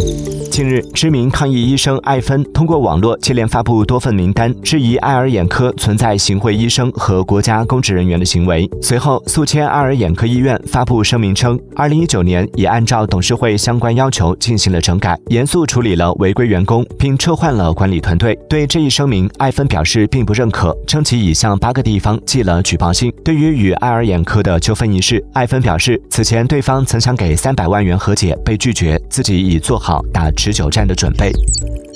近日，知名抗疫医生艾芬通过网络接连发布多份名单，质疑爱尔眼科存在行贿医生和国家公职人员的行为。随后，宿迁爱尔眼科医院发布声明称，2019年已按照董事会相关要求进行了整改，严肃处理了违规员工，并撤换了管理团队。对这一声明，艾芬表示并不认可，称其已向8个地方寄了举报信。对于与爱尔眼科的纠纷一事，艾芬表示，此前对方曾想给300万元和解，被拒绝，自己已做好打持久战的准备。